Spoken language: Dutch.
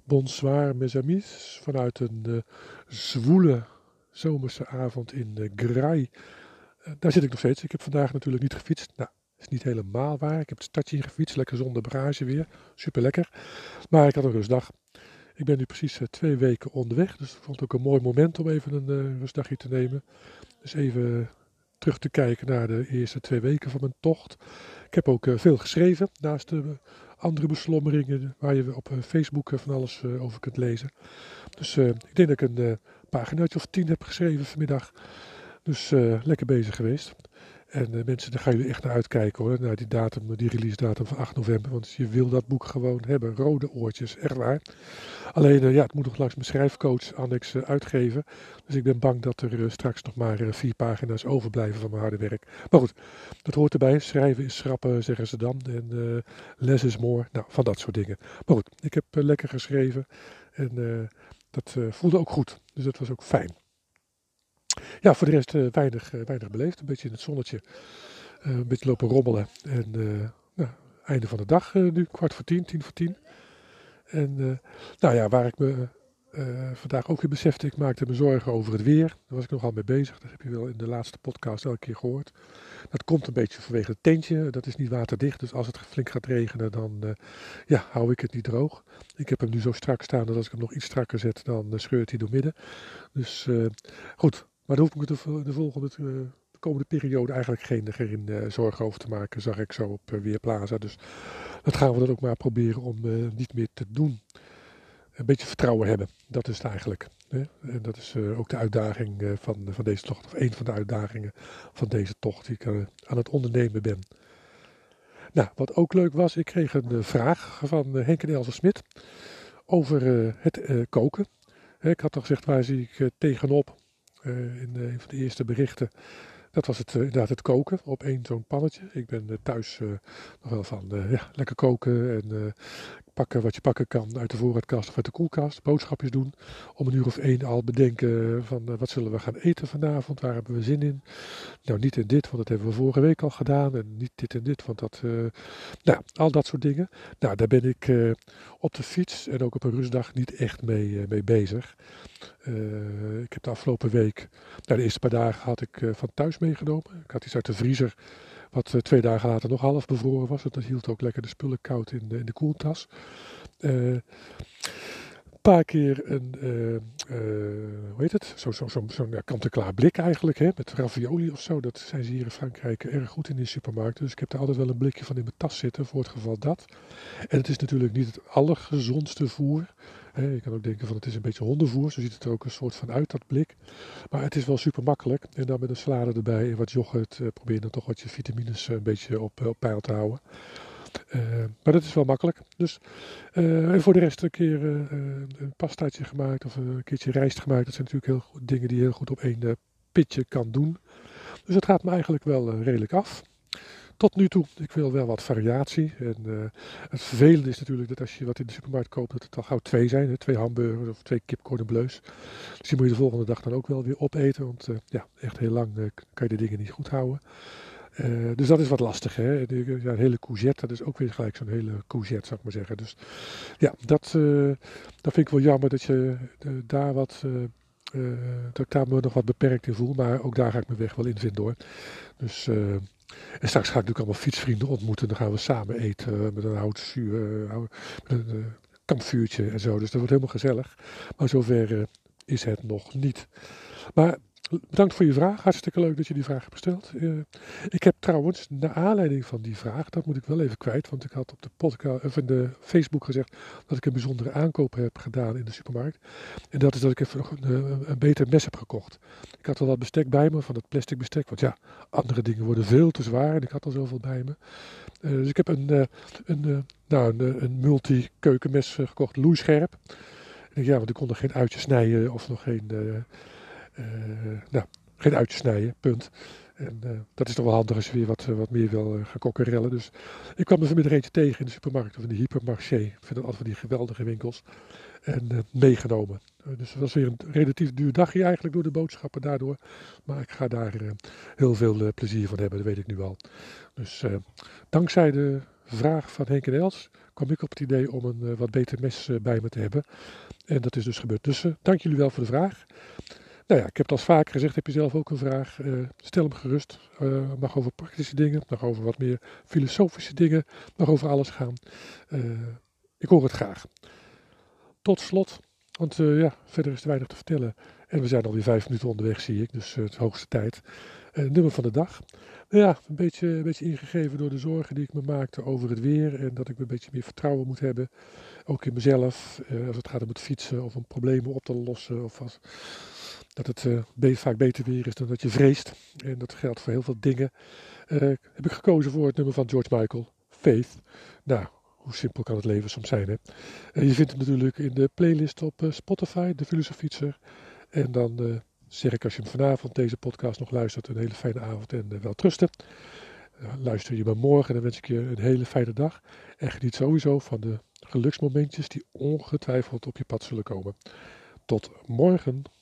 Bonsoir mes amis, vanuit een zwoele zomerse avond in Graai. Daar zit ik nog steeds. Ik heb vandaag natuurlijk niet gefietst. Nou, dat is niet helemaal waar. Ik heb het stadje in gefietst, lekker zonder bagage weer. Super lekker. Maar ik had een rustdag. Ik ben nu precies 2 weken onderweg, dus ik vond het ook een mooi moment om even een rustdagje te nemen. Dus even terug te kijken naar de eerste 2 weken van mijn tocht. Ik heb ook veel geschreven, naast de andere beslommeringen waar je op Facebook van alles over kunt lezen. Dus ik denk dat ik een paginaatje of 10 heb geschreven vanmiddag. Dus lekker bezig geweest. En mensen, daar gaan jullie echt naar uitkijken hoor, naar die datum, die release datum van 8 november. Want je wil dat boek gewoon hebben, rode oortjes, echt waar. Alleen, ja, het moet nog langs mijn schrijfcoach annex uitgeven. Dus ik ben bang dat er straks nog maar 4 pagina's overblijven van mijn harde werk. Maar goed, dat hoort erbij. Schrijven is schrappen, zeggen ze dan. En less is more. Nou, van dat soort dingen. Maar goed, ik heb lekker geschreven. En dat voelde ook goed. Dus dat was ook fijn. Ja, voor de rest weinig beleefd. Een beetje in het zonnetje. Een beetje lopen rommelen. En nou, einde van de dag nu. 9:45, 9:50. En nou ja, waar ik me vandaag ook weer besefte, ik maakte me zorgen over het weer. Daar was ik nogal mee bezig. Dat heb je wel in de laatste podcast elke keer gehoord. Dat komt een beetje vanwege het tentje. Dat is niet waterdicht. Dus als het flink gaat regenen, dan ja, hou ik het niet droog. Ik heb hem nu zo strak staan dat als ik hem nog iets strakker zet, dan scheurt hij door midden. Dus goed. Maar daar hoef ik me de komende periode eigenlijk geen zorgen over te maken, zag ik zo op Weerplaza. Dus dat gaan we dan ook maar proberen om niet meer te doen. Een beetje vertrouwen hebben, dat is het eigenlijk. Hè? En dat is ook de uitdaging van deze tocht, of een van de uitdagingen van deze tocht die ik aan het ondernemen ben. Nou, wat ook leuk was, ik kreeg een vraag van Henk en Else Smit over het koken. Ik had al gezegd, waar zie ik tegenop in een van de eerste berichten. Dat was het, inderdaad het koken op één zo'n pannetje. Ik ben thuis nog wel van ja, lekker koken en pakken wat je pakken kan uit de voorraadkast of uit de koelkast. Boodschapjes doen. Om 1:00 of 1 al bedenken van wat zullen we gaan eten vanavond, waar hebben we zin in. Nou, niet in dit, want dat hebben we vorige week al gedaan. En niet dit en dit, want dat... nou, al dat soort dingen. Nou, daar ben ik op de fiets en ook op een rustdag niet echt mee bezig. Ik heb de afgelopen week, nou, de eerste paar dagen had ik van thuis meegenomen. Ik had iets uit de vriezer, wat 2 dagen later nog half bevroren was. Dat hield ook lekker de spullen koud in de koeltas. Een paar keer een, hoe heet het? Zo'n ja, kant-en-klaar blik eigenlijk, hè, met ravioli of zo. Dat zijn ze hier in Frankrijk erg goed in de supermarkt. Dus ik heb daar altijd wel een blikje van in mijn tas zitten, voor het geval dat. En het is natuurlijk niet het allergezondste voer. Je kan ook denken van het is een beetje hondenvoer, zo ziet het er ook een soort van uit, dat blik. Maar het is wel super makkelijk. En dan met een salade erbij en wat yoghurt probeer je dan toch wat je vitamines een beetje op peil te houden. Maar dat is wel makkelijk. Dus, en voor de rest een keer een pastaatje gemaakt of een keertje rijst gemaakt. Dat zijn natuurlijk heel goed, dingen die je heel goed op één pitje kan doen. Dus dat gaat me eigenlijk wel redelijk af. Tot nu toe, ik wil wel wat variatie. En het vervelende is natuurlijk dat als je wat in de supermarkt koopt, dat het al gauw 2 zijn. Hè? 2 hamburgers of 2 kip cordon bleus. Dus die moet je de volgende dag dan ook wel weer opeten. Want ja, echt heel lang kan je de dingen niet goed houden. Dus dat is wat lastig. Hè? Ja, een hele courgette, dat is ook weer gelijk zo'n hele courgette, zou ik maar zeggen. Dus ja, dat vind ik wel jammer dat je daar wat... dat ik daar me nog wat beperkt in voel. Maar ook daar ga ik mijn weg wel in vinden hoor. Dus... en straks ga ik natuurlijk allemaal fietsvrienden ontmoeten. Dan gaan we samen eten met een met een kampvuurtje en zo. Dus dat wordt helemaal gezellig. Maar zover is het nog niet. Maar bedankt voor je vraag. Hartstikke leuk dat je die vraag hebt gesteld. Ik heb trouwens, naar aanleiding van die vraag, dat moet ik wel even kwijt. Want ik had op de podcast, of in de Facebook gezegd dat ik een bijzondere aankoop heb gedaan in de supermarkt. En dat is dat ik even nog een beter mes heb gekocht. Ik had al wat bestek bij me, van dat plastic bestek. Want ja, andere dingen worden veel te zwaar en ik had al zoveel bij me. Dus ik heb een multi-keukenmes gekocht, loeischerp. En ja, want ik kon er geen uitjes snijden of nog geen uitjes snijden, punt. En dat is toch wel handig als je weer wat meer wil gaan kokkerellen. Dus ik kwam er vanmiddag eentje tegen in de supermarkt of in de hypermarché. Ik vind dat altijd van die geweldige winkels. En meegenomen. Dus het was weer een relatief duur dagje eigenlijk door de boodschappen daardoor. Maar ik ga daar heel veel plezier van hebben, dat weet ik nu al. Dus dankzij de vraag van Henk en Els kwam ik op het idee om een wat beter mes bij me te hebben. En dat is dus gebeurd. Dus dank jullie wel voor de vraag. Nou ja, ik heb het al vaker gezegd, heb je zelf ook een vraag? Stel hem gerust. Mag over praktische dingen, mag over wat meer filosofische dingen, mag over alles gaan. Ik hoor het graag. Tot slot, want verder is er weinig te vertellen. En we zijn alweer 5 minuten onderweg, zie ik, dus het is hoogste tijd. Nummer van de dag. Nou ja, een beetje ingegeven door de zorgen die ik me maakte over het weer en dat ik een beetje meer vertrouwen moet hebben. Ook in mezelf, als het gaat om het fietsen of om problemen op te lossen. Of dat het vaak beter weer is dan dat je vreest. En dat geldt voor heel veel dingen. Heb ik gekozen voor het nummer van George Michael, Faith. Nou, hoe simpel kan het leven soms zijn, hè? Je vindt hem natuurlijk in de playlist op Spotify, de Filosoffietser. En dan zeg ik, als je hem vanavond deze podcast nog luistert, een hele fijne avond en wel trusten. Luister je maar morgen, dan wens ik je een hele fijne dag. En geniet sowieso van de geluksmomentjes die ongetwijfeld op je pad zullen komen. Tot morgen.